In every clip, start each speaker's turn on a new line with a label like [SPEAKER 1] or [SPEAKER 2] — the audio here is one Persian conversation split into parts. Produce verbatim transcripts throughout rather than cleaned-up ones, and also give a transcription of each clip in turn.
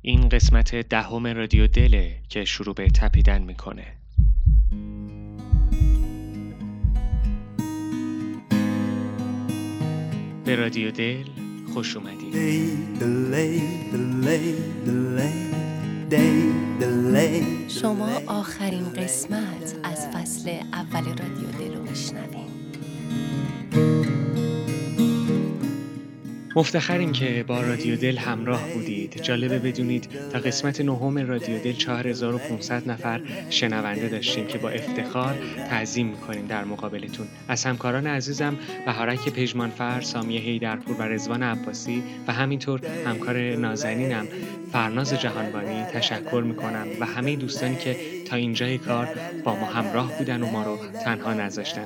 [SPEAKER 1] این قسمت دهم رادیو دله که شروع به تپیدن میکنه. به رادیو دل خوش اومدید.
[SPEAKER 2] شما آخرین قسمت از فصل اول رادیو دل رو میشنوید.
[SPEAKER 1] مفتخریم که با رادیو دل همراه بودید. جالبه بدونید تا قسمت نهم رادیو دل چهار هزار و پانصد نفر شنونده داشتیم که با افتخار تعظیم میکنیم در مقابلتون. از همکاران عزیزم بهارک پژمانفر، سامیه حیدرپور و رضوان عباسی و همینطور همکار نازنینم فرناز جهانبانی تشکر میکنم و همه دوستانی که تا اینجای کار با ما همراه بودن و ما رو تنها نذاشتن.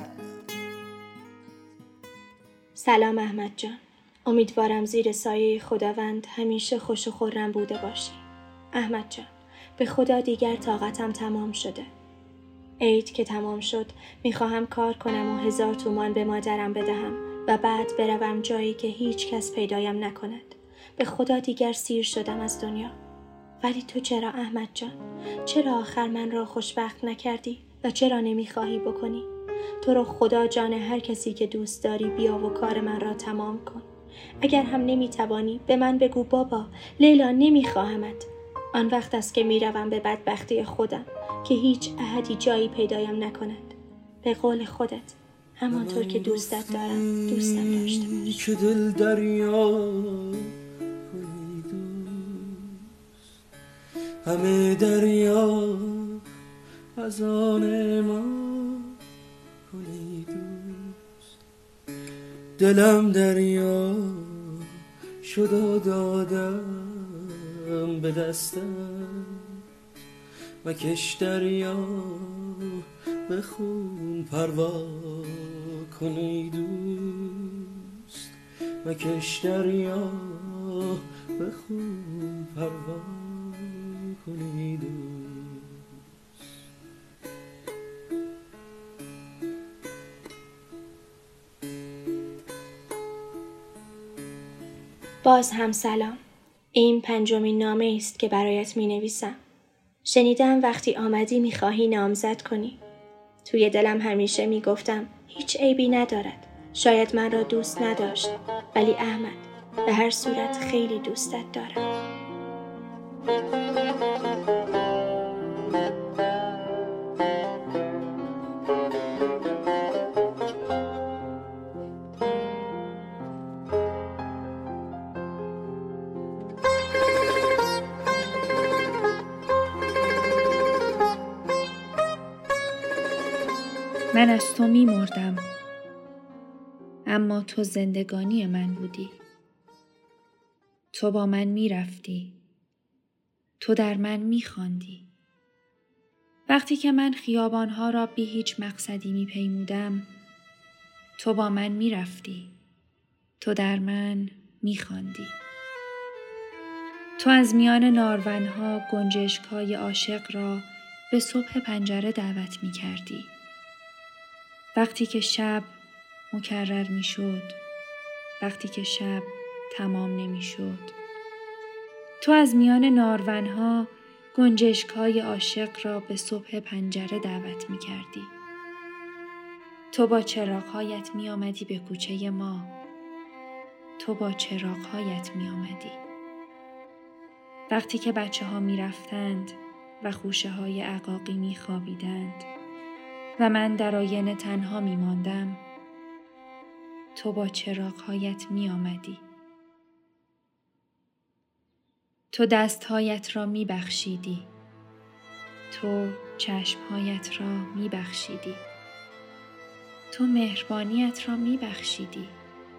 [SPEAKER 3] سلام احمد جان. امیدوارم زیر سایه خداوند همیشه خوش و خرم بوده باشی. احمد جان، به خدا دیگر طاقتم تمام شده. عید که تمام شد میخواهم کار کنم و هزار تومان به مادرم بدهم و بعد بروم جایی که هیچ کس پیدایم نکند. به خدا دیگر سیر شدم از دنیا. ولی تو چرا احمد جان؟ چرا آخر من را خوشبخت نکردی و چرا نمیخواهی بکنی؟ تو رو خدا جان هر کسی که دوست داری بیا و کار من را تمام کن. اگر هم نمیتوانی به من بگو بابا لیلا نمیخواهمت. آن وقت است که میروم به بدبختی خودم که هیچ احدی جایی پیدایم نکند. به قول خودت همانطور که دوستت دارم دوستم داشته باش.
[SPEAKER 4] که دل دریا همه دریا از آن ما کنی دوست. دلم دریا شد و دادم به دستم و کش دریا به خون پروا کنی دوست. و کش دریا به خون پروا کنی دوست.
[SPEAKER 3] باز هم سلام. این پنجمین نامه است که برایت می نویسم. شنیدم وقتی آمدی می خواهی نامزد کنی. توی دلم همیشه می گفتم هیچ عیبی ندارد. شاید من را دوست نداشت، ولی احمد به هر صورت خیلی دوستت دارم.
[SPEAKER 5] من از تو می مردم، اما تو زندگانی من بودی. تو با من می رفتی، تو در من می خواندی. وقتی که من خیابانها را بی هیچ مقصدی می پیمودم، تو با من می رفتی، تو در من می خواندی. تو از میان نارونها گنجشک‌های عاشق را به صبح پنجره دعوت می کردی. وقتی که شب مکرر می شد، وقتی که شب تمام نمی شد، تو از میان نارونها گنجشک‌های عاشق را به صبح پنجره دعوت می کردی. تو با چراغ‌هایت می آمدی به کوچه ما، تو با چراغ‌هایت می آمدی. وقتی که بچه ها می رفتند و خوشه های عقاقی می خوابیدند و من در آینه تنها می ماندم، تو با چراغ‌هایت می آمدی. تو دستهایت را می بخشیدی. تو چشمهایت را می بخشیدی. تو مهربانیت را می بخشیدی.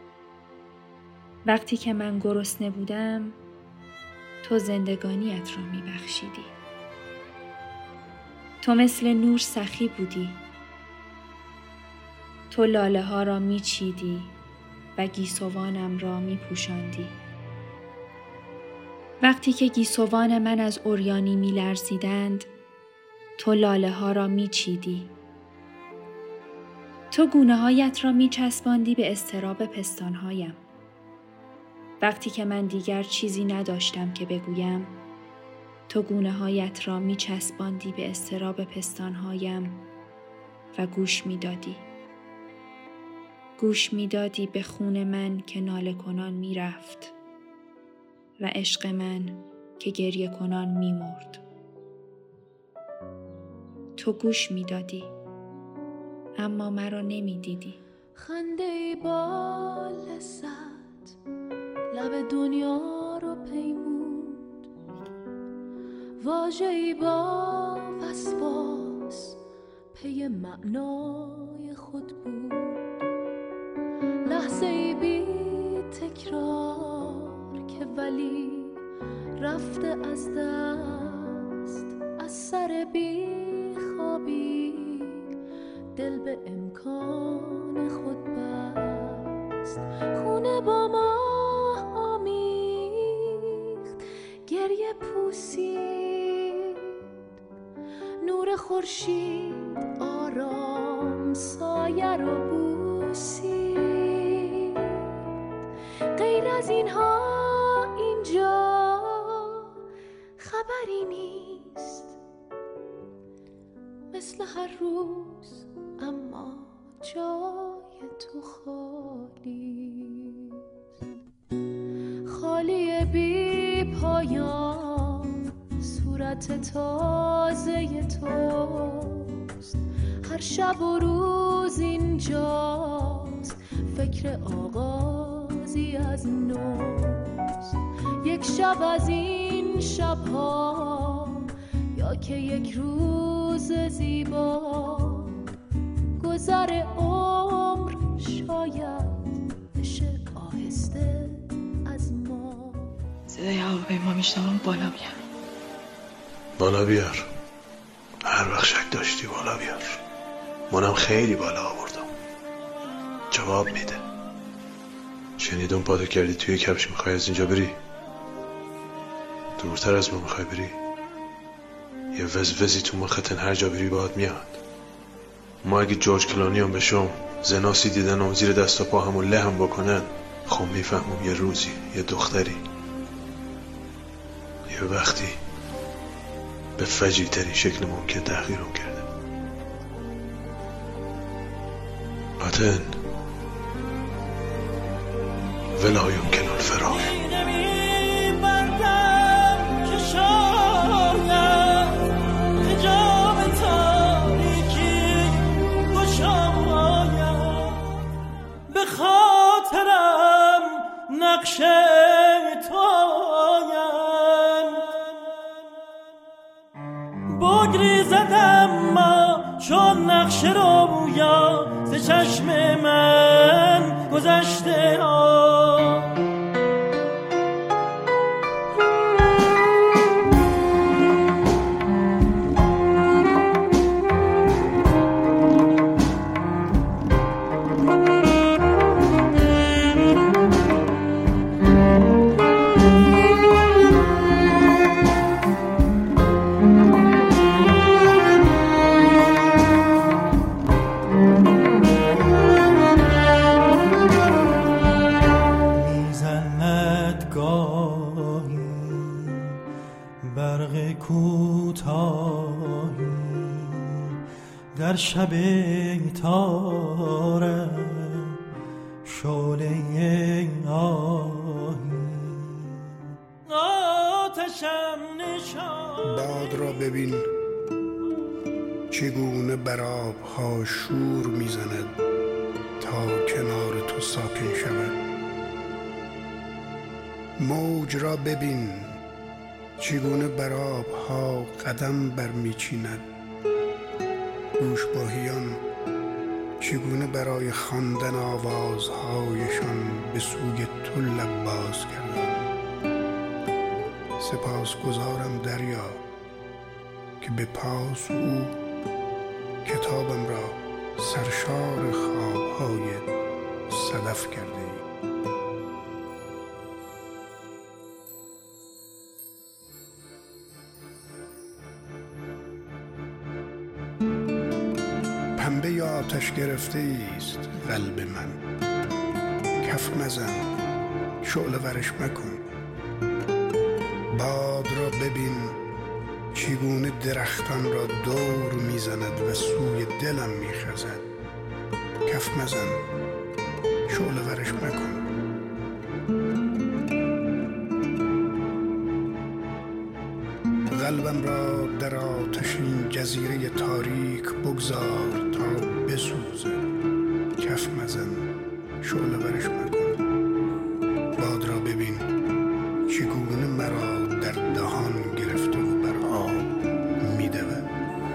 [SPEAKER 5] وقتی که من گرسنه بودم، تو زندگانیت را می بخشیدی. تو مثل نور سخی بودی. تو لاله ها را می چیدی و گیسوانم را می پوشاندی. وقتی که گیسوان من از عریانی می لرزیدند، تو لاله ها را می چیدی. تو گونه هایت را می چسباندی به اضطراب پستانهایم. وقتی که من دیگر چیزی نداشتم که بگویم، تو گونه هایت را می چسباندی به اضطراب پستانهایم و گوش می دادی. گوش می دادی به خون من که ناله کنان می رفت و عشق من که گریه کنان می مرد. تو گوش می دادی اما مرا نمی دیدی.
[SPEAKER 6] خنده با لذت لب دنیا رو پیمود، واژه‌ای با وسواس پی معنای خود بود، لحظه‌ای بی تکرار که ولی رفته از دست، از سر بی خوابی دل به امکان خود بست، خونه با ما آمیخت، گریه پوسید، نور خورشید آرام سایه رو بوسید. غیر از اینها اینجا خبری نیست، مثل هر روز اما جای تو خالی، خالی بی پایان، صورت تازه توست، هر شب و روز اینجاست، فکر آغازی از نوست، یک شب از این شبها یا که یک روز زیبا، گذر عمر شاید بشه آهسته از ما.
[SPEAKER 7] صدای هواپیما میشنوم، بالا بیار.
[SPEAKER 8] بالا بیار، هر وقت شک داشتی بالا بیار. منم خیلی بالا آوردم. جواب میده. شنیدم پادو کردی توی کفش، میخوای از اینجا بری؟ دورتر از ما میخوای بری؟ یه وزوزی تو مختن هر جا بری باید میاد. ما اگه جورج کلونی هم بشم، زناسی دیدن هم زیر دست و پا همون لهم بکنن، خب میفهمم یه روزی یه دختری یه وقتی به فجیع ترین شکل ممکن تغییرم کرده. آتن ولا يمكن الفرار.
[SPEAKER 4] به خاطرم نقش تویم، بگری زدم ما چون نقش رویا ز چشم من گذشته ها. در شب تارم شعله آهی، آتشم نشان.
[SPEAKER 9] باد را ببین چگونه بر آبها شور میزند تا کنار تو ساکن شود. موج را ببین چگونه بر آبها قدم برمیچیند. گوشباهیان چگونه برای خواندن آوازهایشان به سوی تو لب باز کردند. سپاسگزارم دریا که به پاس او کتابم را سرشار خوابهای صدف کرده ای. پنبه یا آتش گرفته است قلب من، کف مزن شعله ورش مکن. باد را ببین چگونه درختان را دور میزند و سوی دلم میخزد. کف مزن، شعله ورش مکن. قلبم را در آتش این جزیره تاریک بگذار تا بسوزد. کف مزن، شعله ورش مکن. باد را ببین چگونه مرا در دهان گرفته و بر آب میدود.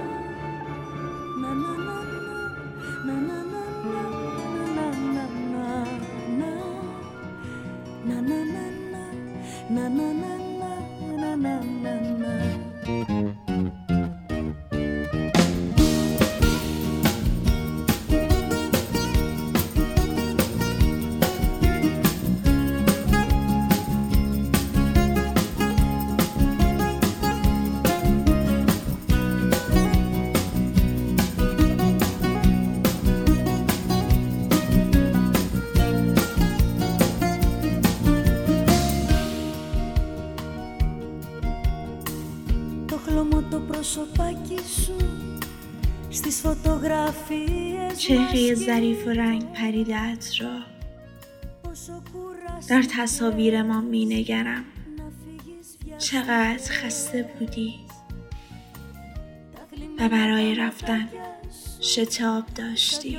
[SPEAKER 10] چهره ظریف و رنگ پریده‌ات را در تصاویر ما می نگرم. چقدر خسته بودی و برای رفتن شتاب داشتی.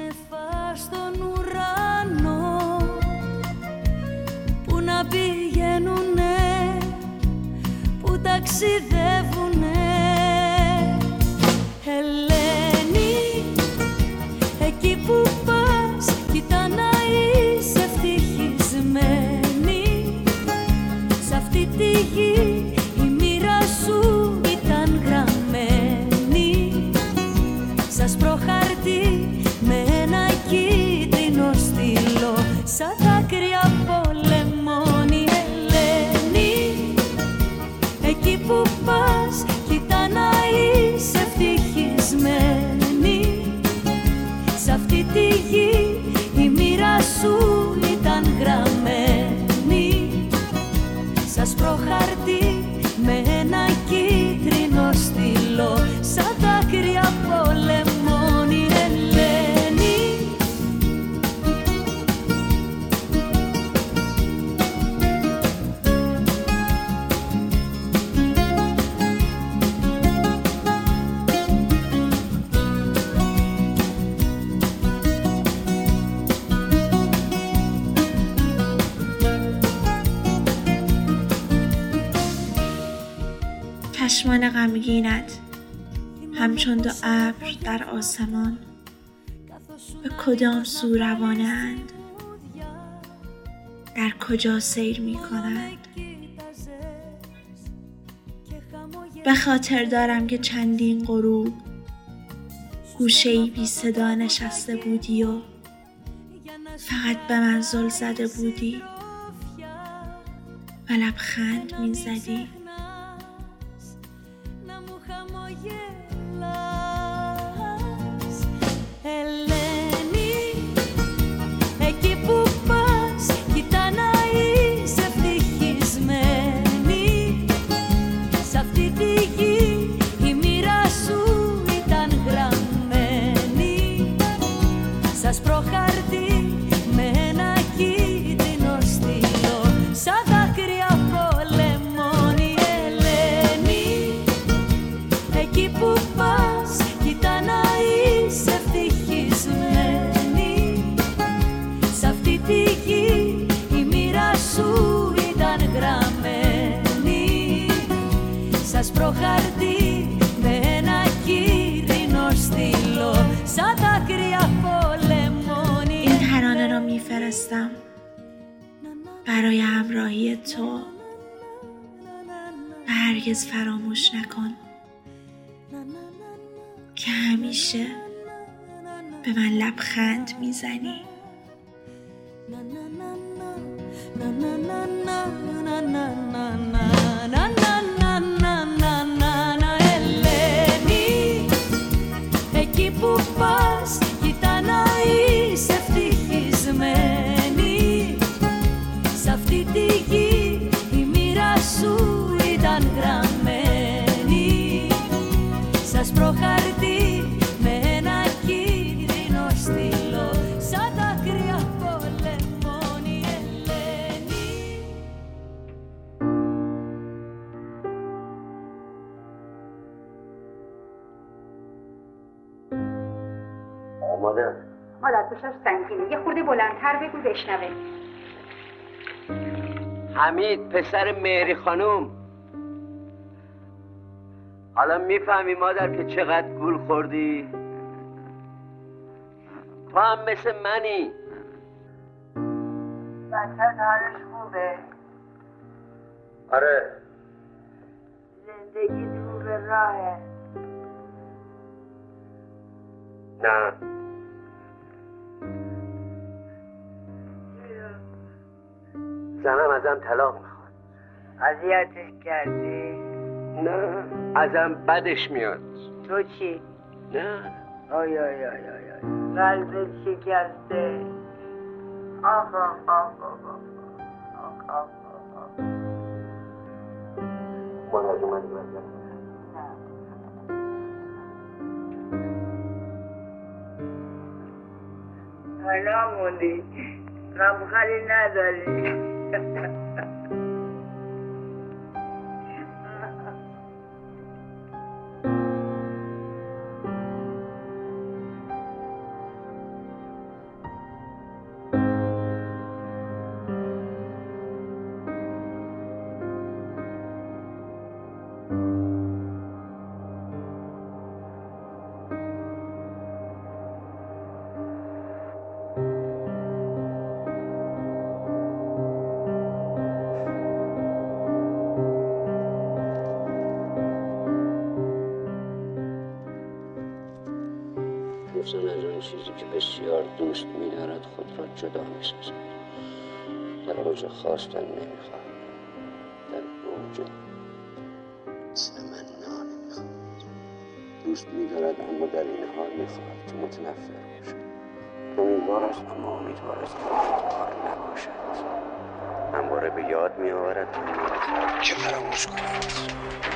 [SPEAKER 6] που να πηγαίνουνε, που ταξιδεύουνε. Ελένη, εκεί που πας, κοίτα να είσαι ευτυχισμένη. Σ' αυτή τη γη η μοίρα σου ήταν γραμμένη. Σ' άσπρο χαρτί με ένα κίτρινο στυλό, σαν δάκρυα πολεμώνει. Ελένη, εκεί που πας, κοίτα να είσαι ευτυχισμένη. Σ' αυτή τη γη η μοίρα σου ήταν γραμμένη. Σ' άσπρο χαρτί με ένα κίτρινο στυλό, σαν δάκρυα πολεμώνει. Ελένη,
[SPEAKER 10] چشمان غمگینت همچون دو ابر در آسمان به کدام سو روانه اند؟ در کجا سیر می کنند؟ به خاطر دارم که چندین غروب گوشه‌ای بی صدا نشسته بودی و فقط به من زل زده بودی و لبخند می زدی.
[SPEAKER 6] Ελένη, εκεί που πας, κοίτα να είσαι ευτυχισμένη. Σ' αυτή τη γη η μοίρα σου ήταν γραμμένη. Σ' άσπρο χαρτί με ένα κίτρινο στυλό, σαν δάκρυα πολεμώνει. Ελένη, εκεί που πας, κοίτα να είσαι ευτυχισμένη. Σ' αυτή τη γη η μοίρα σου ήταν γραμμένη. Σ' άσπρο χαρτί με ένα κίτρινο στυλό, σαν δάκρυα πολεμώνει.
[SPEAKER 10] این ترانه را میفرستم برای همراهی تو. و هرگز فراموش نکن که همیشه به من لبخند میزنی.
[SPEAKER 6] Ελένη, εκεί που πας, κοίτα να είσαι ευτυχισμένη. Σ' αυτή τη γη η μοίρα σου ήταν γραμμένη.
[SPEAKER 11] مادر
[SPEAKER 12] مادر دوشش سنگینه، یه خورده بلندتر بگو بشنوه.
[SPEAKER 11] حمید پسر مهری خانوم، حالا میفهمی مادر که چقدر گول خوردی؟ تو هم مثل منی.
[SPEAKER 12] بچه حالش خوبه؟
[SPEAKER 11] آره.
[SPEAKER 12] زندگی تو به راهه؟
[SPEAKER 11] نه. زنم ازم طلاق میخواد.
[SPEAKER 12] اذیتش کردی؟
[SPEAKER 11] نه، ازم بدش میاد.
[SPEAKER 12] تو چی؟
[SPEAKER 11] نه.
[SPEAKER 12] آی آی آی آی آی قلبت شکسته. آخ آخ آخ آخ آخ آخ آخ
[SPEAKER 11] من از اومدی بزن.
[SPEAKER 12] حالا موندی غمخری نداری.
[SPEAKER 11] گفتن از آن چیزی که بسیار دوست می‌دارد خود را جدا می‌سازد. در اوج خواستن نمی‌خواهد، در اوج تمنا نمی‌خواهد. دوست می‌دارد اما در این حال می‌خواهد که متنفر باشد. امیدوار است اما امیدوار است که امیدوار نباشد. همواره به یاد می‌آورد که فراموش کند.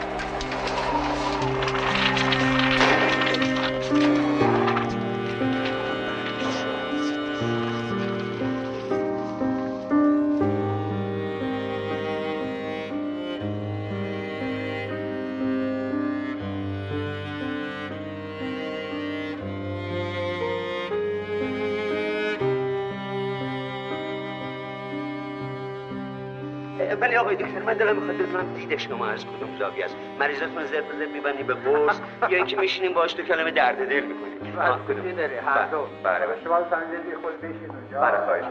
[SPEAKER 11] ولی آقای دکتر من دلم میخواد بدونم دید شما از کدوم زاویه است. مریضاتون رو زرد بزرد میبندی به قرص یا اینکه میشینیم باهاش تو کلمه درد دل میکنیم؟
[SPEAKER 13] از کدوم داره هر دو.
[SPEAKER 11] بله
[SPEAKER 13] شما صندلی خود بشین اونجا.
[SPEAKER 11] بله خواهش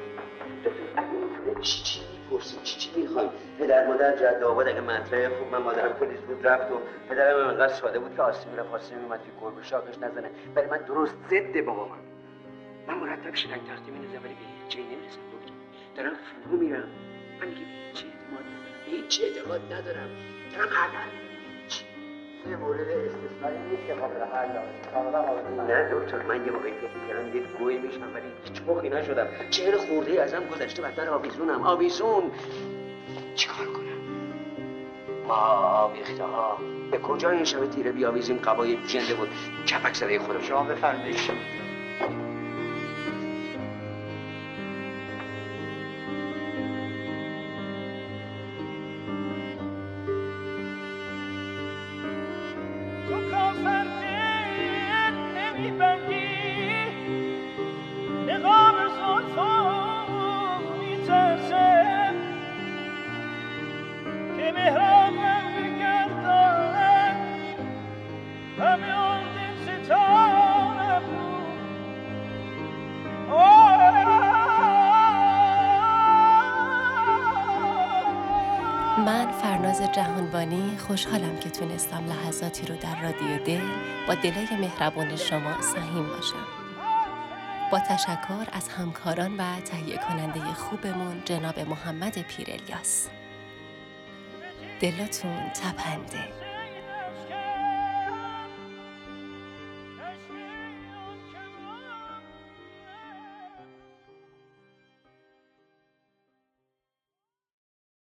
[SPEAKER 11] چی چی میپرسید؟ چی چی میخوایم؟ پدر مادر جد آباد اگه مطرحه خوب، من مادرم پلیس بود رفت و پدرم هم انقدر ساده بود که آسیب میرفت آسیب میومد که گربه شاکش نزنه. برای من درست ضد بابا من. من مرتب شدنگ تختی می‌نویسم ولی به هیچ جایی نمیرسم دکتر. دارم فرو میرم. من دیگه هیچ اعتماد ندارم. هیچ اعتماد ندارم. دارم عقل هیچ.
[SPEAKER 13] یه مورد استثنایی نیست که قابل حل باشه.
[SPEAKER 11] نه دکتر من یه موقعی فکر می‌کردم یه گوی میشم ولی هیچ مخی نشدم. چهل خورده ازم گذشته بدتر آویزونم. آویزون. چیکار کنم؟ ما آویخته ها به کجا این شب تیره بیاویزیم؟ قبای جنده بود کپک زده خودم.
[SPEAKER 13] شما بفرمایید.
[SPEAKER 2] من فرناز جهانبانی خوشحالم که تونستم لحظاتی رو در رادیو دل با دلای مهربون شما سهیم باشم. با تشکر از همکاران و تهیه کننده خوبمون جناب محمد پیرالیاس. دلاتون تپنده.